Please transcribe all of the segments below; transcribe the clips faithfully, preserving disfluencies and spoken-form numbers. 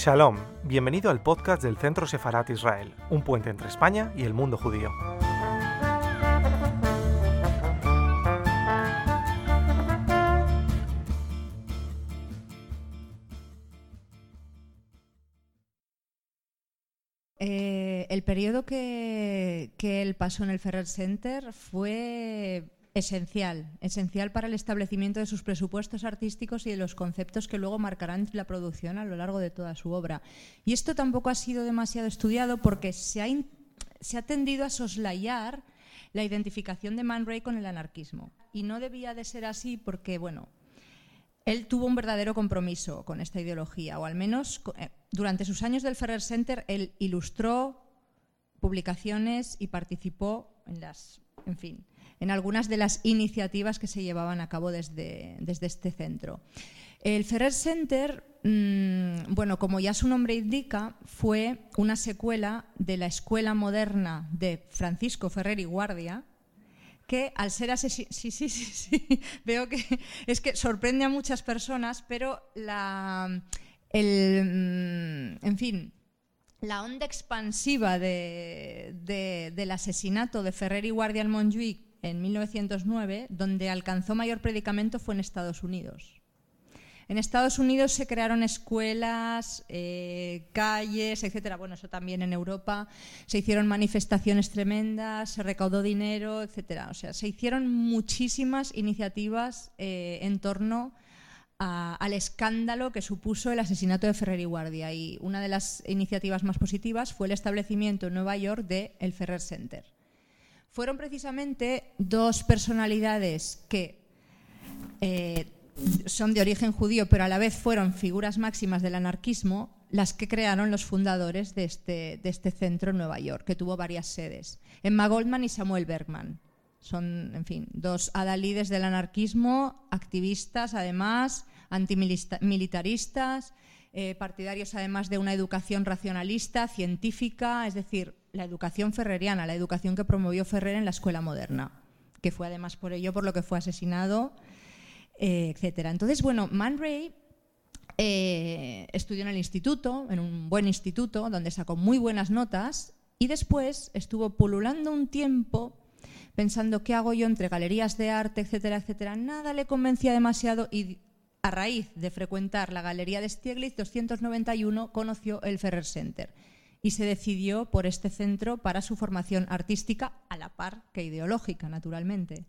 Shalom, bienvenido al podcast del Centro Sefarat Israel, un puente entre España y el mundo judío. Eh, el periodo que, que él pasó en el Ferrer Center fue esencial, esencial para el establecimiento de sus presupuestos artísticos y de los conceptos que luego marcarán la producción a lo largo de toda su obra. Y esto tampoco ha sido demasiado estudiado porque se ha, in, se ha tendido a soslayar la identificación de Man Ray con el anarquismo. Y no debía de ser así porque, bueno, él tuvo un verdadero compromiso con esta ideología, o al menos durante sus años del Ferrer Center él ilustró publicaciones y participó en las, en fin, en algunas de las iniciativas que se llevaban a cabo desde, desde este centro. El Ferrer Center, mmm, bueno, como ya su nombre indica, fue una secuela de la escuela moderna de Francisco Ferrer y Guardia, que al ser asesinado, sí, sí, sí, sí, veo que es que sorprende a muchas personas, pero la, el, en fin, la onda expansiva de, de, del asesinato de Ferrer y Guardia en Montjuïc en mil novecientos nueve, donde alcanzó mayor predicamento, fue en Estados Unidos. En Estados Unidos se crearon escuelas, eh, calles, etcétera. Bueno, eso también en Europa. Se hicieron manifestaciones tremendas, se recaudó dinero, etcétera. O sea, se hicieron muchísimas iniciativas eh, en torno a, al escándalo que supuso el asesinato de Ferrer y Guardia. Y una de las iniciativas más positivas fue el establecimiento en Nueva York del Ferrer Center. Fueron precisamente dos personalidades que Eh, son de origen judío, pero a la vez fueron figuras máximas del anarquismo, las que crearon los fundadores de este, de este centro en Nueva York, que tuvo varias sedes. Emma Goldman y Samuel Bergman. Son, en fin, dos adalides del anarquismo, activistas, además, antimilitaristas, eh, partidarios, además, de una educación racionalista, científica, es decir, la educación ferreriana, la educación que promovió Ferrer en la escuela moderna, que fue, además, por ello por lo que fue asesinado, Eh, etcétera. Entonces, bueno, Man Ray eh, estudió en el instituto, en un buen instituto, donde sacó muy buenas notas, y después estuvo pululando un tiempo pensando qué hago yo entre galerías de arte, etcétera, etcétera. Nada le convencía demasiado y a raíz de frecuentar la galería de Stieglitz doscientos noventa y uno conoció el Ferrer Center y se decidió por este centro para su formación artística a la par que ideológica, naturalmente.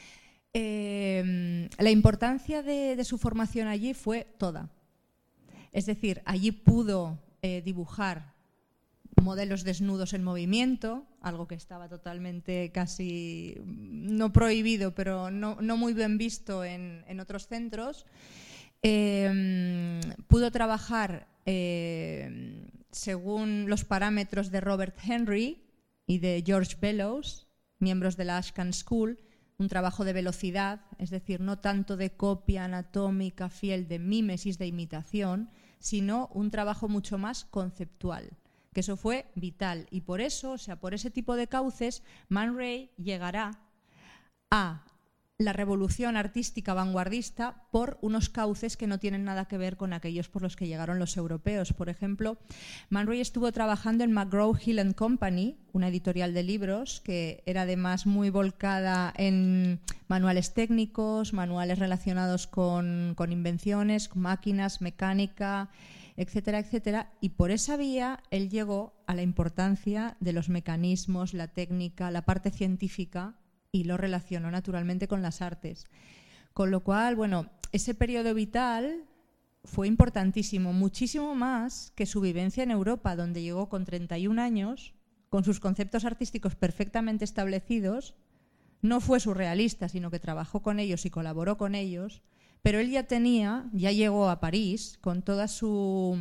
Eh, la importancia de, de su formación allí fue toda. Es decir, allí pudo eh, dibujar modelos desnudos en movimiento, algo que estaba totalmente casi no prohibido, pero no, no muy bien visto en, en otros centros. Eh, pudo trabajar eh, según los parámetros de Robert Henry y de George Bellows, miembros de la Ashcan School, un trabajo de velocidad, es decir, no tanto de copia anatómica fiel, de mímesis, de imitación, sino un trabajo mucho más conceptual, que eso fue vital. Y por eso, o sea, por ese tipo de cauces, Man Ray llegará a la revolución artística vanguardista por unos cauces que no tienen nada que ver con aquellos por los que llegaron los europeos. Por ejemplo, Man Ray estuvo trabajando en McGraw-Hill and Company, una editorial de libros que era además muy volcada en manuales técnicos, manuales relacionados con, con invenciones, con máquinas, mecánica, etcétera, etcétera. Y por esa vía él llegó a la importancia de los mecanismos, la técnica, la parte científica, y lo relacionó naturalmente con las artes. Con lo cual, bueno, ese periodo vital fue importantísimo, muchísimo más que su vivencia en Europa, donde llegó con treinta y un años, con sus conceptos artísticos perfectamente establecidos. No fue surrealista, sino que trabajó con ellos y colaboró con ellos, pero él ya tenía, ya llegó a París con toda su,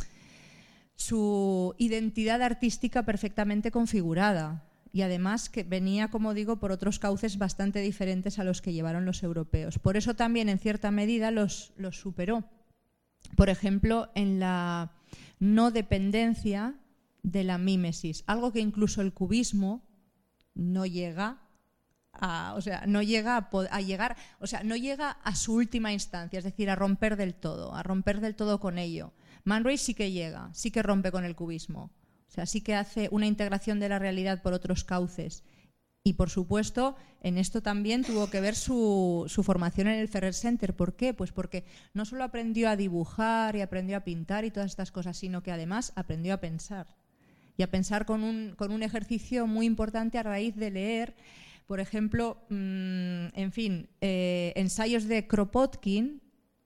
su identidad artística perfectamente configurada. Y además que venía, como digo, por otros cauces bastante diferentes a los que llevaron los europeos. Por eso también, en cierta medida, los, los superó. Por ejemplo, en la no dependencia de la mímesis, algo que incluso el cubismo no llega a, o sea, no llega a, a llegar, o sea, no llega a su última instancia, es decir, a romper del todo, a romper del todo con ello. Man Ray sí que llega, sí que rompe con el cubismo, o sea, sí que hace una integración de la realidad por otros cauces. Y, por supuesto, en esto también tuvo que ver su, su formación en el Ferrer Center. ¿Por qué? Pues porque no solo aprendió a dibujar y aprendió a pintar y todas estas cosas, sino que además aprendió a pensar. Y a pensar con un, con un ejercicio muy importante a raíz de leer, por ejemplo, mmm, en fin, eh, ensayos de Kropotkin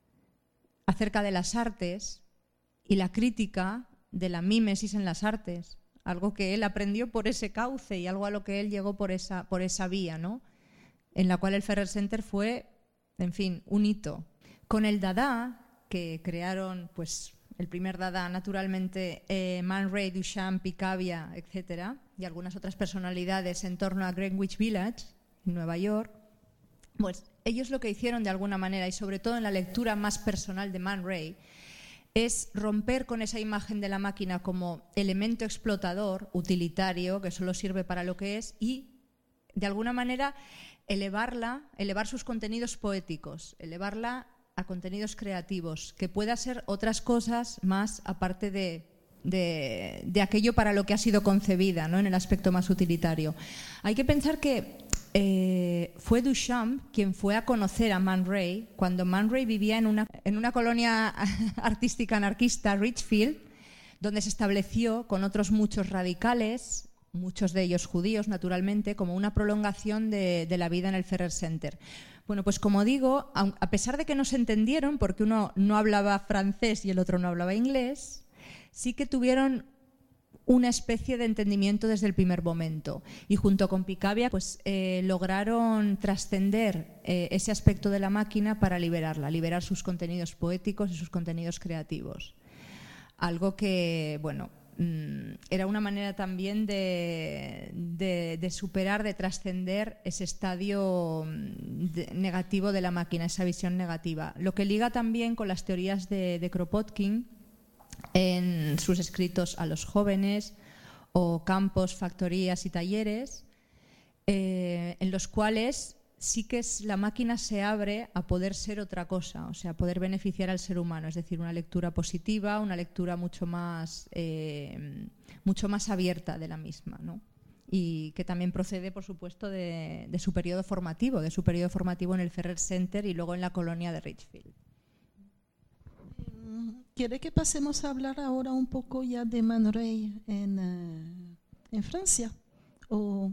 acerca de las artes y la crítica de la mímesis en las artes. Algo que él aprendió por ese cauce y algo a lo que él llegó por esa, por esa vía, ¿no? En la cual el Ferrer Center fue, en fin, un hito. Con el Dada, que crearon, pues, el primer Dada, naturalmente, eh, Man Ray, Duchamp, Picabia, etcétera, y algunas otras personalidades en torno a Greenwich Village, en Nueva York, pues ellos lo que hicieron de alguna manera, y sobre todo en la lectura más personal de Man Ray, es romper con esa imagen de la máquina como elemento explotador, utilitario, que solo sirve para lo que es, y de alguna manera elevarla, elevar sus contenidos poéticos, elevarla a contenidos creativos, que pueda ser otras cosas más aparte de, de, de aquello para lo que ha sido concebida, ¿no? En el aspecto más utilitario. Hay que pensar que Eh, fue Duchamp quien fue a conocer a Man Ray cuando Man Ray vivía en una, en una colonia artística anarquista, Richfield, donde se estableció con otros muchos radicales, muchos de ellos judíos naturalmente, como una prolongación de, de la vida en el Ferrer Center. Bueno, pues como digo, a, a pesar de que no se entendieron, porque uno no hablaba francés y el otro no hablaba inglés, sí que tuvieron una especie de entendimiento desde el primer momento. Y junto con Picabia pues, eh, lograron trascender eh, ese aspecto de la máquina para liberarla, liberar sus contenidos poéticos y sus contenidos creativos. Algo que, bueno, mmm, era una manera también de, de, de superar, de trascender ese estadio de, negativo de la máquina, esa visión negativa. Lo que liga también con las teorías de, de Kropotkin, en sus escritos a los jóvenes o campos, factorías y talleres, eh, en los cuales sí que es, la máquina se abre a poder ser otra cosa, o sea, poder beneficiar al ser humano, es decir, una lectura positiva, una lectura mucho más, eh, mucho más abierta de la misma, ¿no? Y que también procede, por supuesto, de, de su periodo formativo, de su periodo formativo en el Ferrer Center y luego en la colonia de Richfield. ¿Quiere que pasemos a hablar ahora un poco ya de Man Ray en, uh, en Francia? ¿O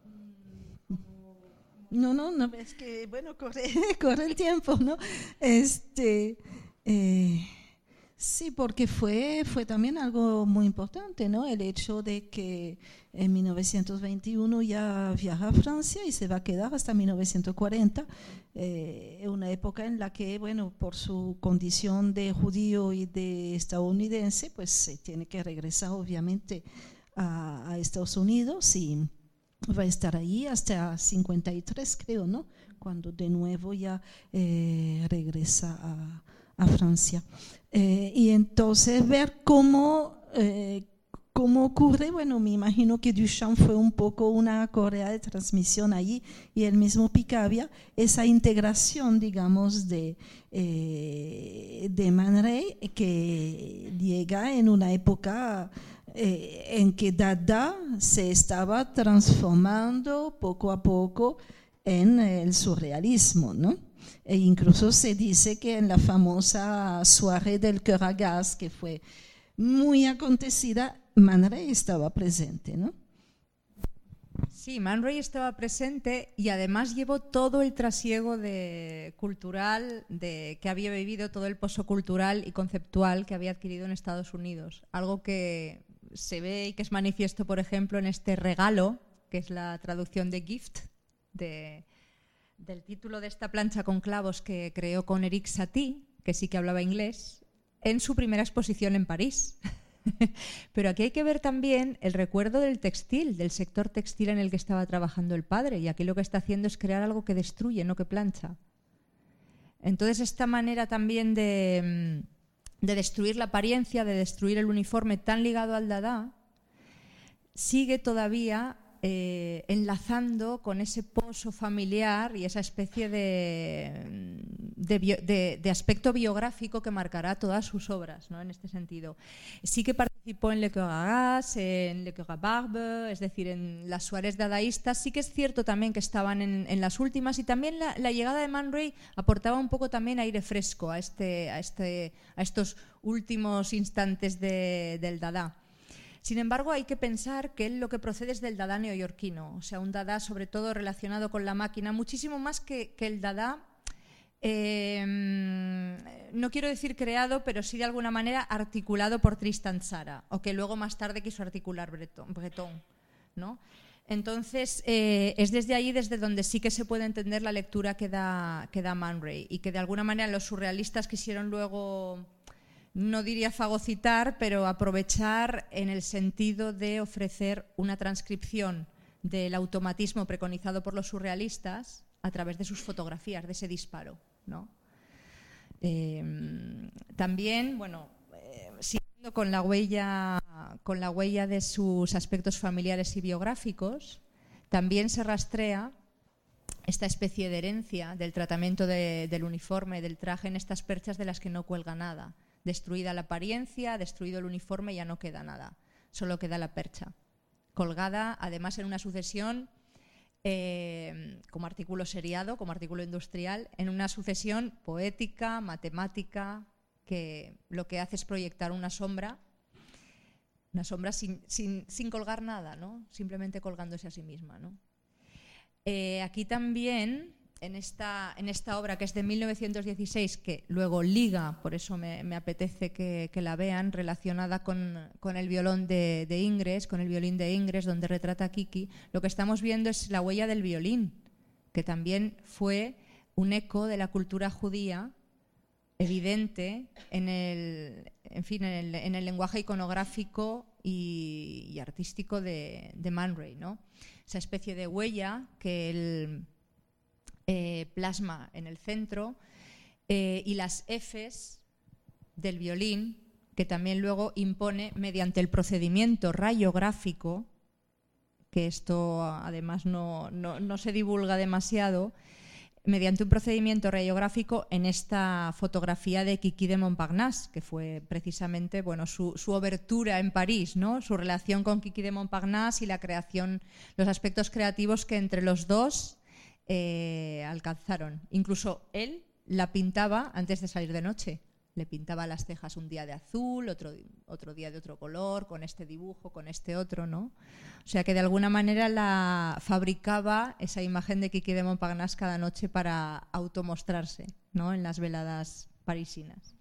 no, no, no, es que, bueno, corre, corre el tiempo, ¿no? Este, eh, sí, porque fue, fue también algo muy importante, ¿no? El hecho de que en mil novecientos veintiuno ya viaja a Francia y se va a quedar hasta mil novecientos cuarenta, eh, una época en la que, bueno, por su condición de judío y de estadounidense, pues se tiene que regresar obviamente a, a Estados Unidos y va a estar ahí hasta cincuenta y tres, creo, ¿no? Cuando de nuevo ya eh, regresa a, a Francia. Eh, y entonces ver cómo, eh, cómo ocurre, bueno, me imagino que Duchamp fue un poco una correa de transmisión allí y el mismo Picabia, esa integración, digamos, de, eh, de Man Ray que llega en una época eh, en que Dada se estaba transformando poco a poco en el surrealismo, ¿no? E incluso se dice que en la famosa soirée del Cœur à Gaz, que fue muy acontecida, Man Ray estaba presente, ¿no? Sí, Man Ray estaba presente y además llevó todo el trasiego de, cultural de, que había vivido, todo el pozo cultural y conceptual que había adquirido en Estados Unidos. Algo que se ve y que es manifiesto, por ejemplo, en este regalo, que es la traducción de Gift, de, del título de esta plancha con clavos que creó con Eric Satie, que sí que hablaba inglés, en su primera exposición en París. Pero aquí hay que ver también el recuerdo del textil, del sector textil en el que estaba trabajando el padre, y aquí lo que está haciendo es crear algo que destruye, no que plancha. Entonces esta manera también de, de destruir la apariencia, de destruir el uniforme tan ligado al Dada, sigue todavía eh, enlazando con ese pozo familiar y esa especie de, de, bio, de, de aspecto biográfico que marcará todas sus obras, ¿no? En este sentido. Sí que participó en Le Coeur à Gaz, en Le Coeur à Barbe, es decir, en las Suárez dadaístas. Sí que es cierto también que estaban en, en las últimas, y también la, la llegada de Man Ray aportaba un poco también aire fresco a, este, a, este, a estos últimos instantes de, del Dada. Sin embargo, hay que pensar que él lo que procede es del Dada neoyorquino, o sea, un Dada sobre todo relacionado con la máquina, muchísimo más que, que el Dada, eh, no quiero decir creado, pero sí de alguna manera articulado por Tristan Tzara, o que luego más tarde quiso articular Breton, Breton, ¿no? Entonces, eh, es desde ahí desde donde sí que se puede entender la lectura que da, que da Man Ray, y que de alguna manera los surrealistas quisieron luego, no diría fagocitar, pero aprovechar en el sentido de ofrecer una transcripción del automatismo preconizado por los surrealistas a través de sus fotografías, de ese disparo, ¿no? Eh, también, bueno, eh, siguiendo con la huella, con la huella de sus aspectos familiares y biográficos, también se rastrea esta especie de herencia del tratamiento de, del uniforme, del traje, en estas perchas de las que no cuelga nada. Destruida la apariencia, destruido el uniforme, ya no queda nada, solo queda la percha, colgada además en una sucesión, eh, como artículo seriado, como artículo industrial, en una sucesión poética, matemática, que lo que hace es proyectar una sombra, una sombra sin, sin, sin colgar nada, ¿no? Simplemente colgándose a sí misma, ¿no? Eh, aquí también, en esta, en esta obra que es de mil novecientos dieciséis, que luego liga, por eso me, me apetece que, que la vean, relacionada con, con el violón de, de Ingres, con el violín de Ingres, donde retrata a Kiki, lo que estamos viendo es la huella del violín, que también fue un eco de la cultura judía evidente en el, en fin, en el, en el lenguaje iconográfico y, y artístico de, de Man Ray, ¿no? Esa especie de huella que él eh, plasma en el centro, eh, y las Fs del violín, que también luego impone mediante el procedimiento rayográfico, que esto además no, no, no se divulga demasiado, mediante un procedimiento radiográfico en esta fotografía de Kiki de Montparnasse, que fue precisamente, bueno, su, su obertura en París, ¿no? Su relación con Kiki de Montparnasse y la creación, los aspectos creativos que entre los dos eh, alcanzaron. Incluso él la pintaba antes de salir de noche. Le pintaba las cejas un día de azul, otro, otro día de otro color, con este dibujo, con este otro, ¿no? O sea que de alguna manera la fabricaba esa imagen de Kiki de Montparnasse cada noche para automostrarse, ¿no? En las veladas parisinas.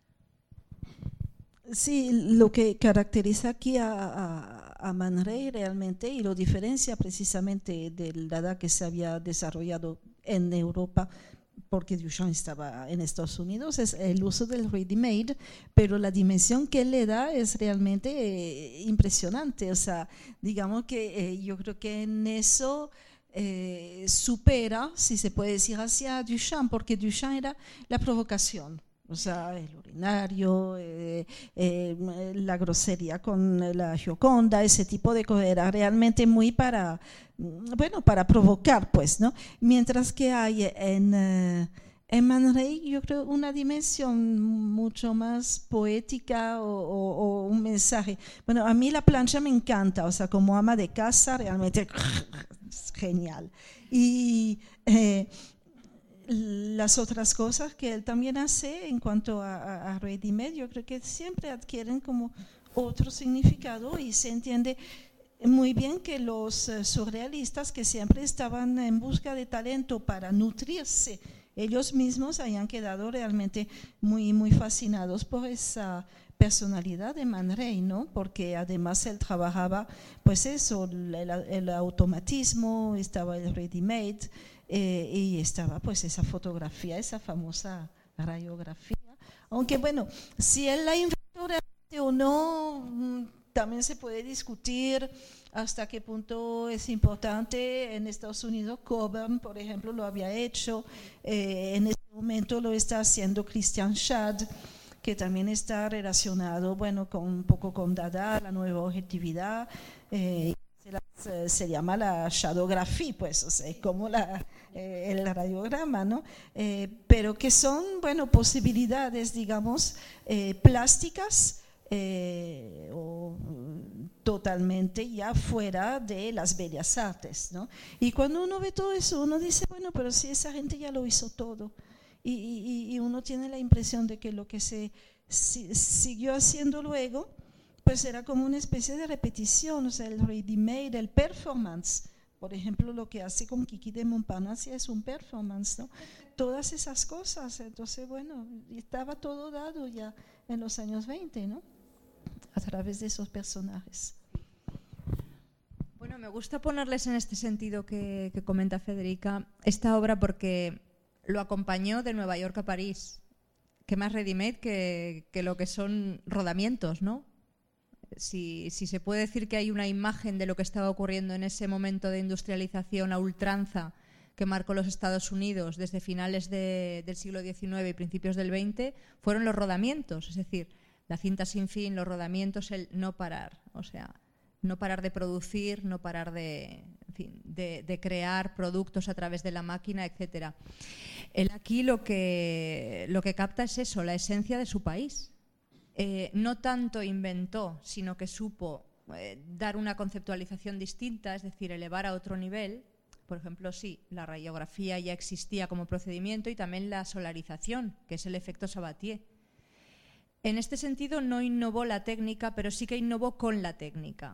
Sí, lo que caracteriza aquí a, a, a Man Ray realmente, y lo diferencia precisamente del Dada que se había desarrollado en Europa, porque Duchamp estaba en Estados Unidos, es el uso del ready-made, pero la dimensión que él le da es realmente eh, impresionante. O sea, digamos que eh, yo creo que en eso eh, supera, si se puede decir así, a Duchamp, porque Duchamp era la provocación. O sea, el urinario, eh, eh, la grosería con la Gioconda, ese tipo de cosas, era realmente muy para, bueno, para provocar, pues, ¿no? Mientras que hay en, en Man Ray, yo creo, una dimensión mucho más poética o, o, o un mensaje. Bueno, a mí la plancha me encanta, o sea, como ama de casa, realmente es genial. Y Eh, las otras cosas que él también hace en cuanto a, a, a ready-made, yo creo que siempre adquieren como otro significado, y se entiende muy bien que los uh, surrealistas, que siempre estaban en busca de talento para nutrirse ellos mismos, hayan quedado realmente muy, muy fascinados por esa personalidad de Man Ray, ¿no? Porque además él trabajaba, pues eso, el, el automatismo, estaba el ready-made, Eh, y estaba pues esa fotografía, esa famosa radiografía. Aunque bueno, si él la inventó realmente o no, también se puede discutir hasta qué punto es importante. En Estados Unidos, Coburn, por ejemplo, lo había hecho. Eh, en este momento lo está haciendo Christian Schad, que también está relacionado, bueno, con un poco con Dada, la nueva objetividad. Eh, se, se llama la shadowgraphy, pues, o sea, es como la, eh, el radiograma, ¿no? Eh, pero que son, bueno, posibilidades, digamos, eh, plásticas eh, o totalmente ya fuera de las bellas artes, ¿no? Y cuando uno ve todo eso, uno dice, bueno, pero si esa gente ya lo hizo todo, y, y, y uno tiene la impresión de que lo que se si, siguió haciendo luego, pues era como una especie de repetición, o sea, el ready-made, el performance. Por ejemplo, lo que hace con Kiki de Montparnasse es un performance, ¿no? Todas esas cosas. Entonces, bueno, estaba todo dado ya en los años veinte, ¿no? A través de esos personajes. Bueno, me gusta ponerles en este sentido que, que comenta Federica esta obra porque lo acompañó de Nueva York a París. ¿Qué más ready-made que, que lo que son rodamientos, ¿no? Si, si se puede decir que hay una imagen de lo que estaba ocurriendo en ese momento de industrialización a ultranza que marcó los Estados Unidos desde finales de, del siglo diecinueve y principios del veinte, fueron los rodamientos, es decir, la cinta sin fin, los rodamientos, el no parar, o sea, no parar de producir, no parar de, en fin, de, de crear productos a través de la máquina, etcétera. Él aquí lo que, lo que capta es eso, la esencia de su país. Eh, no tanto inventó, sino que supo eh, dar una conceptualización distinta, es decir, elevar a otro nivel. Por ejemplo, sí, la radiografía ya existía como procedimiento y también la solarización, que es el efecto Sabatier. En este sentido no innovó la técnica, pero sí que innovó con la técnica.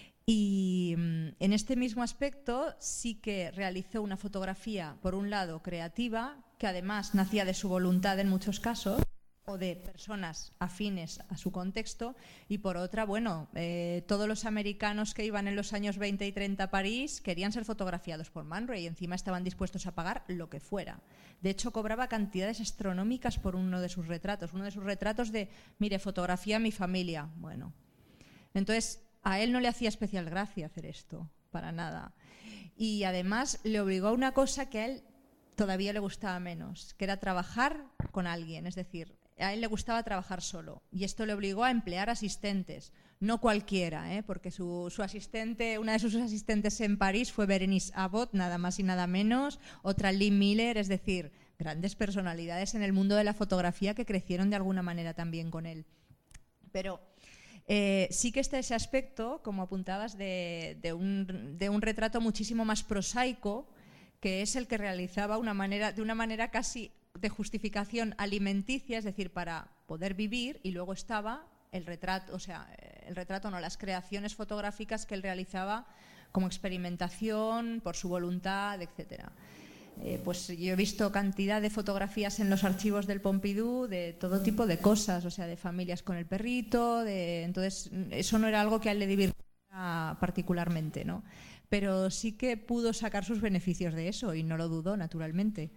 Y en este mismo aspecto sí que realizó una fotografía, por un lado, creativa, que además nacía de su voluntad en muchos casos, o de personas afines a su contexto, y por otra, bueno, eh, todos los americanos que iban en los años veinte y treinta a París querían ser fotografiados por Man Ray y encima estaban dispuestos a pagar lo que fuera. De hecho, cobraba cantidades astronómicas por uno de sus retratos, uno de sus retratos de, mire, fotografía a mi familia. Bueno, entonces a él no le hacía especial gracia hacer esto, para nada. Y además le obligó a una cosa que a él todavía le gustaba menos, que era trabajar con alguien, es decir, a él le gustaba trabajar solo y esto le obligó a emplear asistentes, no cualquiera, ¿eh? Porque su, su asistente, una de sus asistentes en París fue Berenice Abbott, nada más y nada menos, otra Lee Miller, es decir, grandes personalidades en el mundo de la fotografía que crecieron de alguna manera también con él. Pero eh, sí que está ese aspecto, como apuntabas, de, de, un, de un retrato muchísimo más prosaico, que es el que realizaba una manera, de una manera casi de justificación alimenticia, es decir, para poder vivir, y luego estaba el retrato, o sea, el retrato no, las creaciones fotográficas que él realizaba como experimentación, por su voluntad, etcétera. Eh, pues yo he visto cantidad de fotografías en los archivos del Pompidou de todo tipo de cosas, o sea, de familias con el perrito, de, entonces eso no era algo que a él le divirtiera particularmente, ¿no? Pero sí que pudo sacar sus beneficios de eso y no lo dudó, naturalmente.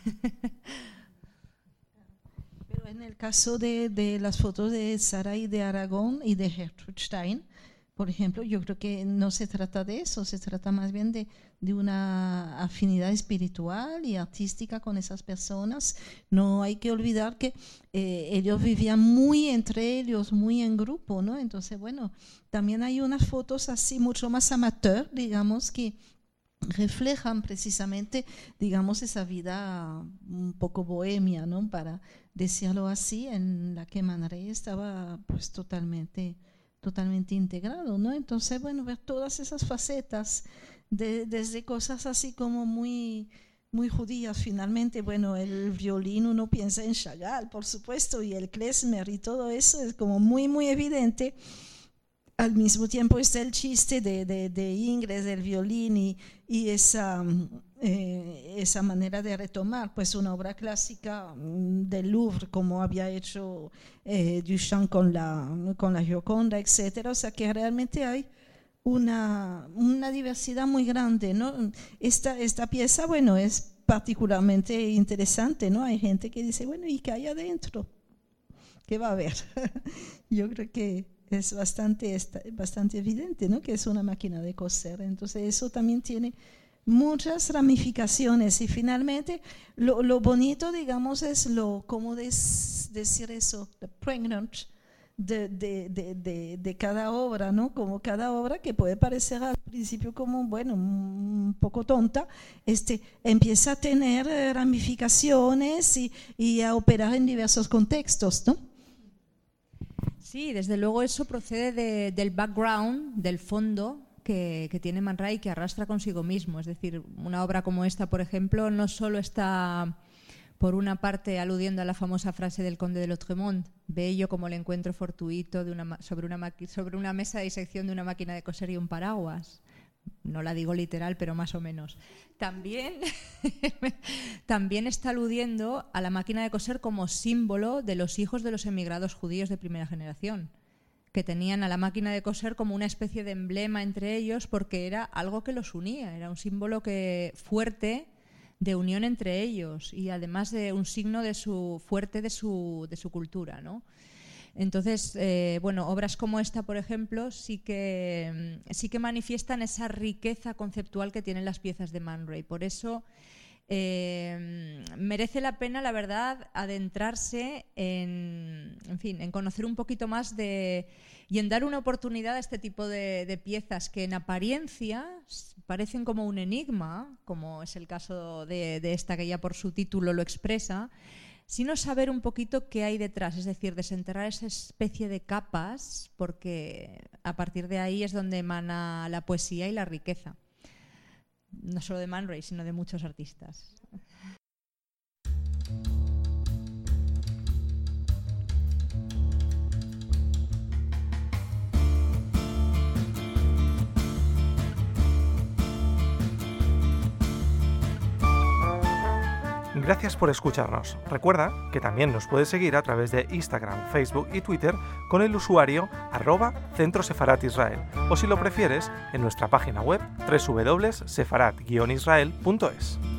Pero en el caso de, de las fotos de Sarai de Aragón y de Gertrude Stein, por ejemplo, yo creo que no se trata de eso, se trata más bien de, de una afinidad espiritual y artística con esas personas. No hay que olvidar que eh, ellos vivían muy entre ellos, muy en grupo, ¿no? Entonces, bueno, también hay unas fotos así mucho más amateur, digamos, que reflejan precisamente, digamos, esa vida un poco bohemia, ¿no? Para decirlo así, en la que Man Ray estaba pues totalmente... totalmente integrado, ¿no? Entonces, bueno, ver todas esas facetas, de, desde cosas así como muy, muy judías, finalmente, bueno, el violín, uno piensa en Chagall, por supuesto, y el klezmer y todo eso es como muy, muy evidente. Al mismo tiempo está el chiste de, de, de Ingres, del violín y, y esa, eh, esa manera de retomar pues una obra clásica del Louvre, como había hecho eh, Duchamp con la, con la Gioconda, etcétera. O sea que realmente hay una, una diversidad muy grande, ¿no? Esta, esta pieza, bueno, es particularmente interesante, ¿no? Hay gente que dice, bueno, ¿y qué hay adentro? ¿Qué va a haber? Yo creo que es bastante, bastante evidente, ¿no? Que es una máquina de coser. Entonces eso también tiene muchas ramificaciones y finalmente lo, lo bonito, digamos, es lo, ¿cómo des, decir eso? The pregnant de, de, de, de, de cada obra, ¿no? Como cada obra que puede parecer al principio como, bueno, un poco tonta, este, empieza a tener ramificaciones y, y a operar en diversos contextos, ¿no? Sí, desde luego eso procede de, del background, del fondo que, que tiene Man Ray y que arrastra consigo mismo. Es decir, una obra como esta, por ejemplo, no solo está, por una parte, aludiendo a la famosa frase del conde de Lautréamont, bello como el encuentro fortuito de una, sobre, una sobre una mesa de disección de una máquina de coser y un paraguas. No la digo literal, pero más o menos. También, también está aludiendo a la máquina de coser como símbolo de los hijos de los emigrados judíos de primera generación, que tenían a la máquina de coser como una especie de emblema entre ellos porque era algo que los unía, era un símbolo que, fuerte de unión entre ellos y además de un signo de su, fuerte de su, de su cultura, ¿no? Entonces, eh, bueno, obras como esta, por ejemplo, sí que, sí que manifiestan esa riqueza conceptual que tienen las piezas de Man Ray. Por eso eh, merece la pena, la verdad, adentrarse en, en fin, en conocer un poquito más de, y en dar una oportunidad a este tipo de, de piezas que en apariencia parecen como un enigma, como es el caso de, de esta que ya por su título lo expresa, sino saber un poquito qué hay detrás, es decir, desenterrar esa especie de capas, porque a partir de ahí es donde emana la poesía y la riqueza, no solo de Man Ray, sino de muchos artistas. Gracias por escucharnos. Recuerda que también nos puedes seguir a través de Instagram, Facebook y Twitter con el usuario arroba Centro Sefarat Israel, o si lo prefieres, en nuestra página web doble u doble u doble u punto sefarat guion israel punto es.